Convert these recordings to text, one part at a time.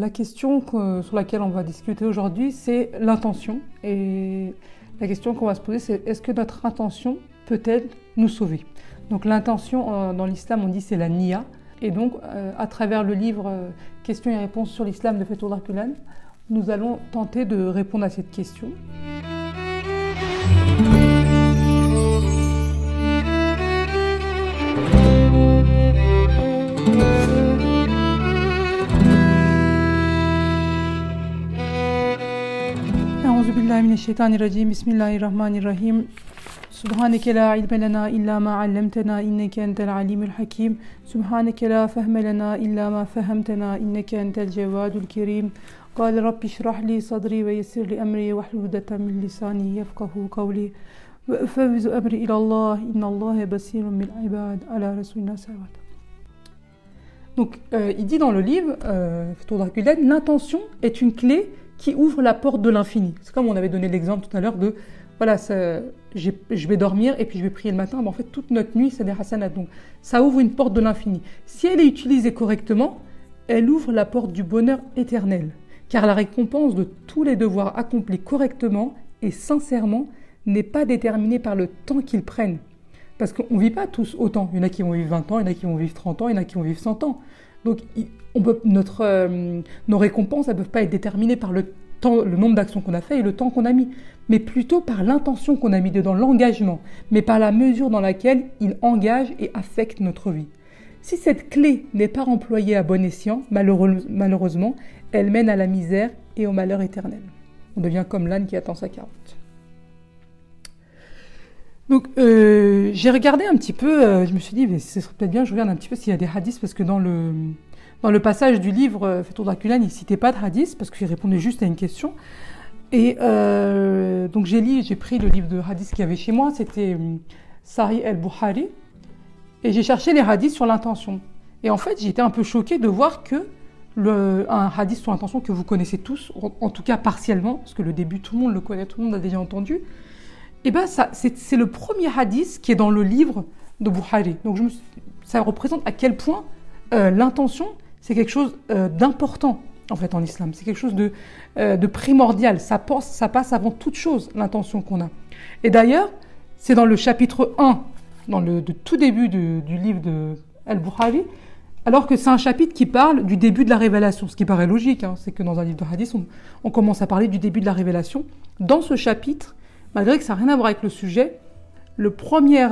La question sur laquelle on va discuter aujourd'hui, c'est l'intention. Et la question qu'on va se poser, c'est est-ce que notre intention peut-elle nous sauver? Donc l'intention, dans l'islam, on dit c'est la niya. Et donc, à travers le livre Questions et réponses sur l'islam de Fethullah Gulen, nous allons tenter de répondre à cette question. أعوذ بالله من الشيطان الرجيم بسم الله الرحمن الرحيم سبحانك لا علم لنا إلا ما علمتنا إنك أنت العليم الحكيم سبحانك لا فهم لنا إلا ما فهمتنا إنك أنت الجواد الكريم قال رب اشرح لي صدري ويسر لي أمري واحلل عقدة من لساني يفقهوا قولي وأفوض أمري إلى الله إن الله بصير بالعباد على رسولنا صلوات. Donc, il dit dans le livre, Fethullah Gulen, l'intention est une clé qui ouvre la porte de l'infini. C'est comme on avait donné l'exemple tout à l'heure de, voilà, je vais dormir et puis je vais prier le matin. Ben en fait, toute notre nuit, c'est des hasanat. Donc, ça ouvre une porte de l'infini. Si elle est utilisée correctement, elle ouvre la porte du bonheur éternel. Car la récompense de tous les devoirs accomplis correctement et sincèrement n'est pas déterminée par le temps qu'ils prennent. Parce qu'on ne vit pas tous autant. Il y en a qui vont vivre 20 ans, il y en a qui vont vivre 30 ans, il y en a qui vont vivre 100 ans. Donc, nos récompenses, elles ne peuvent pas être déterminées par le nombre d'actions qu'on a fait et le temps qu'on a mis, mais plutôt par l'intention qu'on a mis dedans, l'engagement, mais par la mesure dans laquelle il engage et affecte notre vie. Si cette clé n'est pas employée à bon escient, malheureusement, elle mène à la misère et au malheur éternel. On devient comme l'âne qui attend sa carotte. Donc, j'ai regardé un petit peu, je me suis dit, mais ce serait peut-être bien, je regarde un petit peu s'il y a des hadiths, parce que dans le passage du livre Fethullah Gulen, il ne citait pas de hadiths, parce qu'il répondait juste à une question. Et donc, j'ai pris le livre de hadiths qu'il y avait chez moi, c'était Sahih al-Bukhari, et j'ai cherché les hadiths sur l'intention. Et en fait, j'ai été un peu choquée de voir que un hadith sur l'intention que vous connaissez tous, en tout cas partiellement, parce que le début, tout le monde le connaît, tout le monde l'a déjà entendu, et bien, c'est le premier hadith qui est dans le livre de Bukhari. Donc, ça représente à quel point l'intention, c'est quelque chose d'important, en fait, en islam. C'est quelque chose de primordial. Ça passe avant toute chose, l'intention qu'on a. Et d'ailleurs, c'est dans le chapitre 1, dans le tout début du livre de Al-Bukhari, alors que c'est un chapitre qui parle du début de la révélation. Ce qui paraît logique, hein, c'est que dans un livre de hadith, on commence à parler du début de la révélation. Dans ce chapitre, malgré que ça n'a rien à voir avec le sujet, le premier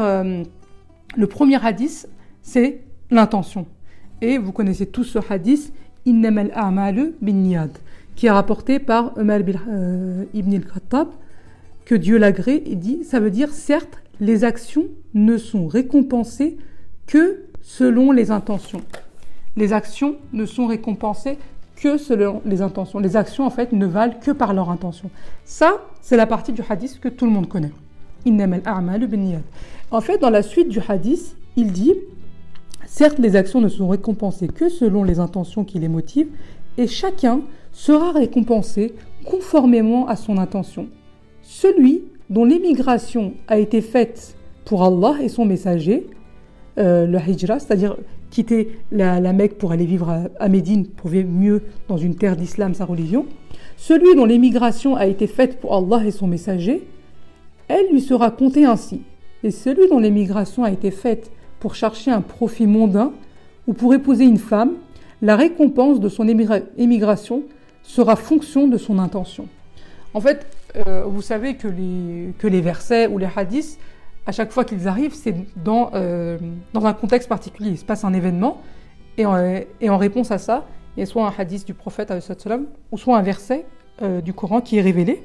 hadith, c'est l'intention. Et vous connaissez tous ce hadith, Innamal a'malu binniyat, qui est rapporté par Umar ibn al-Khattab, que Dieu l'agrée, et dit, ça veut dire, certes, les actions ne sont récompensées que selon les intentions. Les actions ne sont récompensées que selon les intentions. Les actions, en fait, ne valent que par leur intention. Ça, c'est la partie du hadith que tout le monde connaît. Innamal a'malu binniyat. En fait, dans la suite du hadith, il dit, certes, les actions ne sont récompensées que selon les intentions qui les motivent, et chacun sera récompensé conformément à son intention. Celui dont l'émigration a été faite pour Allah et son messager, le hijra, c'est-à-dire quitter la Mecque pour aller vivre à Médine, pour vivre mieux dans une terre d'islam, sa religion, celui dont l'émigration a été faite pour Allah et son messager, elle lui sera comptée ainsi. Et celui dont l'émigration a été faite pour chercher un profit mondain ou pour épouser une femme, la récompense de son émigration sera fonction de son intention. En fait, vous savez que les versets ou les hadiths, à chaque fois qu'ils arrivent, c'est dans un contexte particulier. Il se passe un événement, et en réponse à ça, il y a soit un hadith du prophète, ou soit un verset du Coran qui est révélé.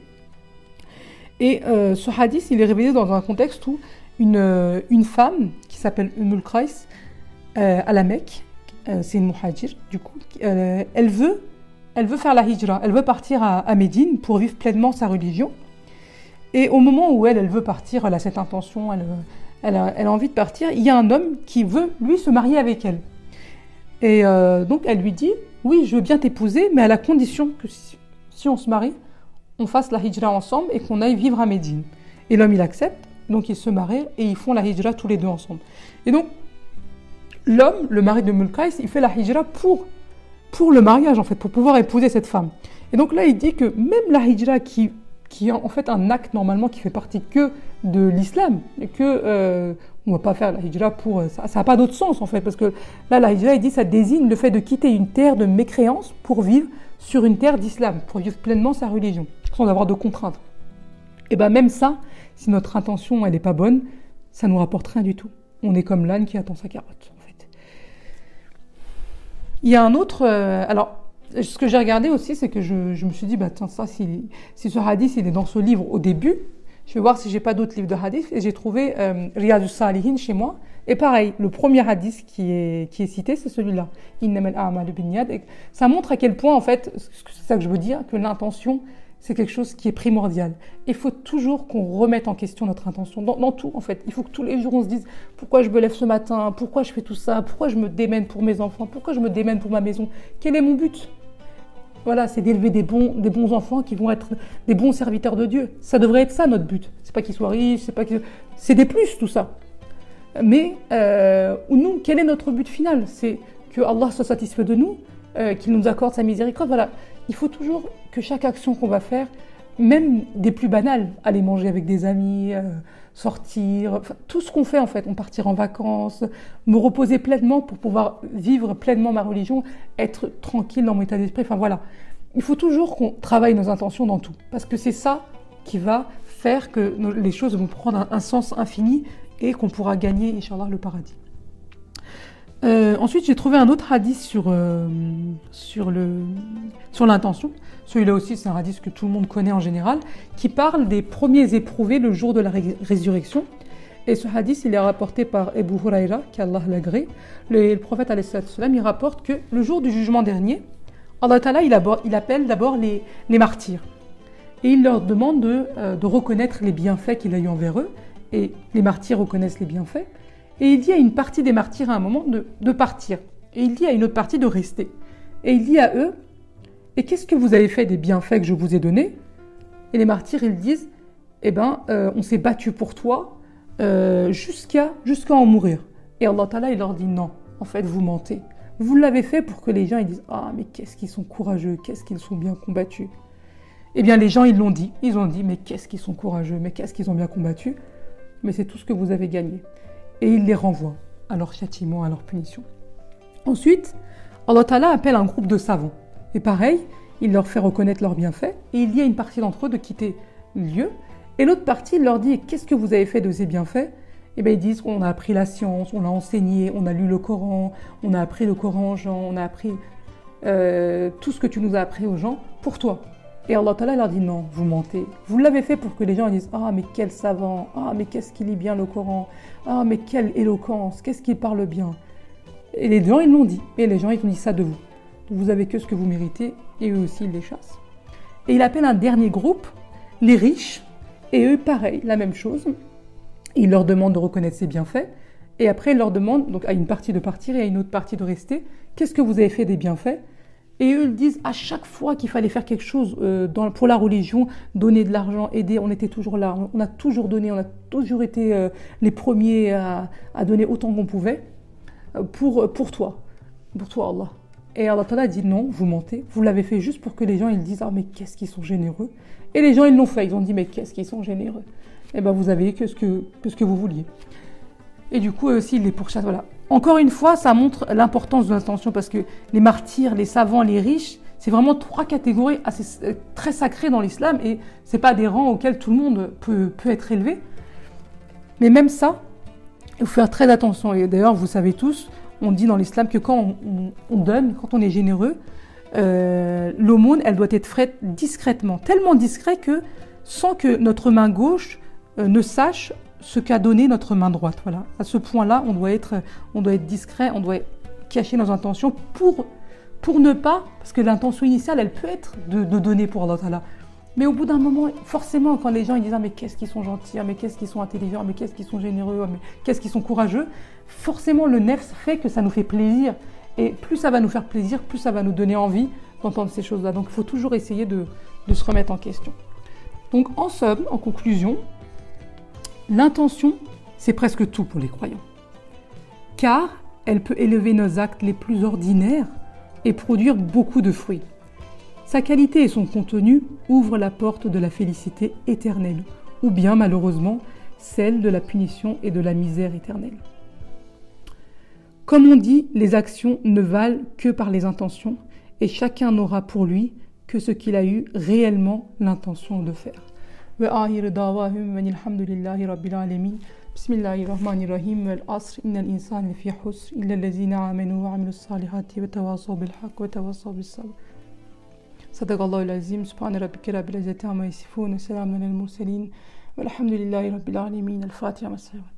Et ce hadith, il est révélé dans un contexte où une femme qui s'appelle Qais à la Mecque, c'est une muhajir, du coup, elle veut faire la hijra, elle veut partir à Médine pour vivre pleinement sa religion. Et au moment où elle veut partir, elle a cette intention, elle a envie de partir, il y a un homme qui veut, lui, se marier avec elle. Et donc, elle lui dit, oui, je veux bien t'épouser, mais à la condition que si on se marie, on fasse la hijra ensemble et qu'on aille vivre à Médine. Et l'homme, il accepte, donc ils se marient et ils font la hijra tous les deux ensemble. Et donc, l'homme, le mari de Qais, il fait la hijra pour le mariage, en fait, pour pouvoir épouser cette femme. Et donc là, il dit que même la hijra qui est en fait un acte normalement qui fait partie que de l'islam, et que on ne va pas faire la hijra pour... Ça n'a pas d'autre sens, en fait, parce que là, la hijra, il dit, ça désigne le fait de quitter une terre de mécréance pour vivre sur une terre d'islam, pour vivre pleinement sa religion, sans avoir de contraintes. Et bien même ça, si notre intention, elle n'est pas bonne, ça ne nous rapporte rien du tout. On est comme l'âne qui attend sa carotte, en fait. Il y a un autre... alors, ce que j'ai regardé aussi, c'est que je me suis dit, bah, tiens, ça, si ce hadith, il est dans ce livre au début, je vais voir si j'ai pas d'autres livres de hadith, et j'ai trouvé Riyadus Salihin chez moi. Et pareil, le premier hadith qui est cité, c'est celui-là. Innamal a'malu binniyat. Et ça montre à quel point, en fait, c'est ça que je veux dire, que l'intention, c'est quelque chose qui est primordial. Il faut toujours qu'on remette en question notre intention, dans tout, en fait. Il faut que tous les jours, on se dise, pourquoi je me lève ce matin, pourquoi je fais tout ça, pourquoi je me démène pour mes enfants, pourquoi je me démène pour ma maison, quel est mon but ? Voilà, c'est d'élever des bons enfants qui vont être des bons serviteurs de Dieu. Ça devrait être ça, notre but. C'est pas qu'ils soient riches, c'est des plus, tout ça. Mais nous, quel est notre but final ? C'est que Allah soit satisfait de nous, qu'il nous accorde sa miséricorde. Voilà, il faut toujours que chaque action qu'on va faire, même des plus banales, aller manger avec des amis, sortir, enfin, tout ce qu'on fait en fait, on partir en vacances, me reposer pleinement pour pouvoir vivre pleinement ma religion, être tranquille dans mon état d'esprit, enfin voilà. Il faut toujours qu'on travaille nos intentions dans tout, parce que c'est ça qui va faire que les choses vont prendre un sens infini et qu'on pourra gagner, Inch'Allah, le paradis. Ensuite, j'ai trouvé un autre hadith sur l'intention. Celui-là aussi, c'est un hadith que tout le monde connaît en général, qui parle des premiers éprouvés le jour de la résurrection. Et ce hadith, il est rapporté par Abu Huraira, qu'Allah l'agrée. Le prophète, il rapporte que le jour du jugement dernier, Allah Ta'ala, il appelle d'abord les martyrs. Et il leur demande de reconnaître les bienfaits qu'il a eu envers eux. Et les martyrs reconnaissent les bienfaits. Et il dit à une partie des martyrs à un moment de partir. Et il dit à une autre partie de rester. Et il dit à eux, et qu'est-ce que vous avez fait des bienfaits que je vous ai donnés ? Et les martyrs, ils disent, on s'est battu pour toi jusqu'à en mourir. Et Allah Ta'ala, il leur dit, non, en fait, vous mentez. Vous l'avez fait pour que les gens ils disent, ah, mais qu'est-ce qu'ils sont courageux, qu'est-ce qu'ils sont bien combattus. Eh bien, les gens, ils l'ont dit. Ils ont dit, mais qu'est-ce qu'ils sont courageux, mais qu'est-ce qu'ils ont bien combattu. Mais c'est tout ce que vous avez gagné. Et il les renvoie à leur châtiment, à leur punition. Ensuite, Allah Ta'ala appelle un groupe de savants. Et pareil, il leur fait reconnaître leurs bienfaits. Et il dit à une partie d'entre eux de quitter le lieu. Et l'autre partie, il leur dit, qu'est-ce que vous avez fait de ces bienfaits ? Eh bien, ils disent qu'on a appris la science, on l'a enseigné, on a lu le Coran, on a appris le Coran aux gens, on a appris tout ce que tu nous as appris aux gens pour toi. Et Allah Ta'ala leur dit non, vous mentez. Vous l'avez fait pour que les gens disent ah mais quel savant, ah mais qu'est-ce qu'il lit bien le Coran, ah mais quelle éloquence, qu'est-ce qu'il parle bien. Et les gens ils l'ont dit, et les gens ils ont dit ça de vous. Vous avez que ce que vous méritez, et eux aussi ils les chassent. Et il appelle un dernier groupe, les riches, et eux pareil, la même chose. Il leur demande de reconnaître ses bienfaits, et après il leur demande donc à une partie de partir et à une autre partie de rester. Qu'est-ce que vous avez fait des bienfaits ? Et eux, ils disent, à chaque fois qu'il fallait faire quelque chose pour la religion, donner de l'argent, aider, on était toujours là. On a toujours donné, on a toujours été les premiers à donner autant qu'on pouvait pour toi, Allah. Et Allah Ta'ala dit, non, vous mentez. Vous l'avez fait juste pour que les gens ils disent, ah mais qu'est-ce qu'ils sont généreux. Et les gens, ils l'ont fait. Ils ont dit, mais qu'est-ce qu'ils sont généreux. Et bien, vous avez que ce que vous vouliez. Et du coup, eux aussi, ils les pourchassent, voilà. Encore une fois, ça montre l'importance de l'intention parce que les martyrs, les savants, les riches, c'est vraiment trois catégories très sacrées dans l'islam et c'est pas des rangs auxquels tout le monde peut être élevé. Mais même ça, il faut faire très attention. Et d'ailleurs, vous savez tous, on dit dans l'islam que quand on donne, quand on est généreux, l'aumône, elle doit être faite discrètement, tellement discret que sans que notre main gauche ne sache ce qu'a donné notre main droite. Voilà. À ce point-là, on doit être discret, on doit cacher nos intentions pour ne pas, parce que l'intention initiale, elle peut être de donner pour Allah Ta'ala. Mais au bout d'un moment, forcément, quand les gens ils disent ah, mais qu'est-ce qu'ils sont gentils, ah, mais qu'est-ce qu'ils sont intelligents, ah, mais qu'est-ce qu'ils sont généreux, ah, mais qu'est-ce qu'ils sont courageux, forcément le nefs fait que ça nous fait plaisir. Et plus ça va nous faire plaisir, plus ça va nous donner envie d'entendre ces choses-là. Donc il faut toujours essayer de se remettre en question. Donc en somme, en conclusion, l'intention, c'est presque tout pour les croyants. Car elle peut élever nos actes les plus ordinaires et produire beaucoup de fruits. Sa qualité et son contenu ouvrent la porte de la félicité éternelle, ou bien malheureusement celle de la punition et de la misère éternelle. Comme on dit, les actions ne valent que par les intentions, et chacun n'aura pour lui que ce qu'il a eu réellement l'intention de faire. وآخر دعواهم أن الحمد لله رب العالمين بسم الله الرحمن الرحيم والعصر إن الإنسان لفي خسر إلا الذين آمنوا وعملوا الصالحات وتواصوا بالحق وتواصوا بالصبر صدق الله العظيم سبحان ربك رب العزة عما يصفون وسلام على المرسلين والحمد لله رب العالمين الفاتحة.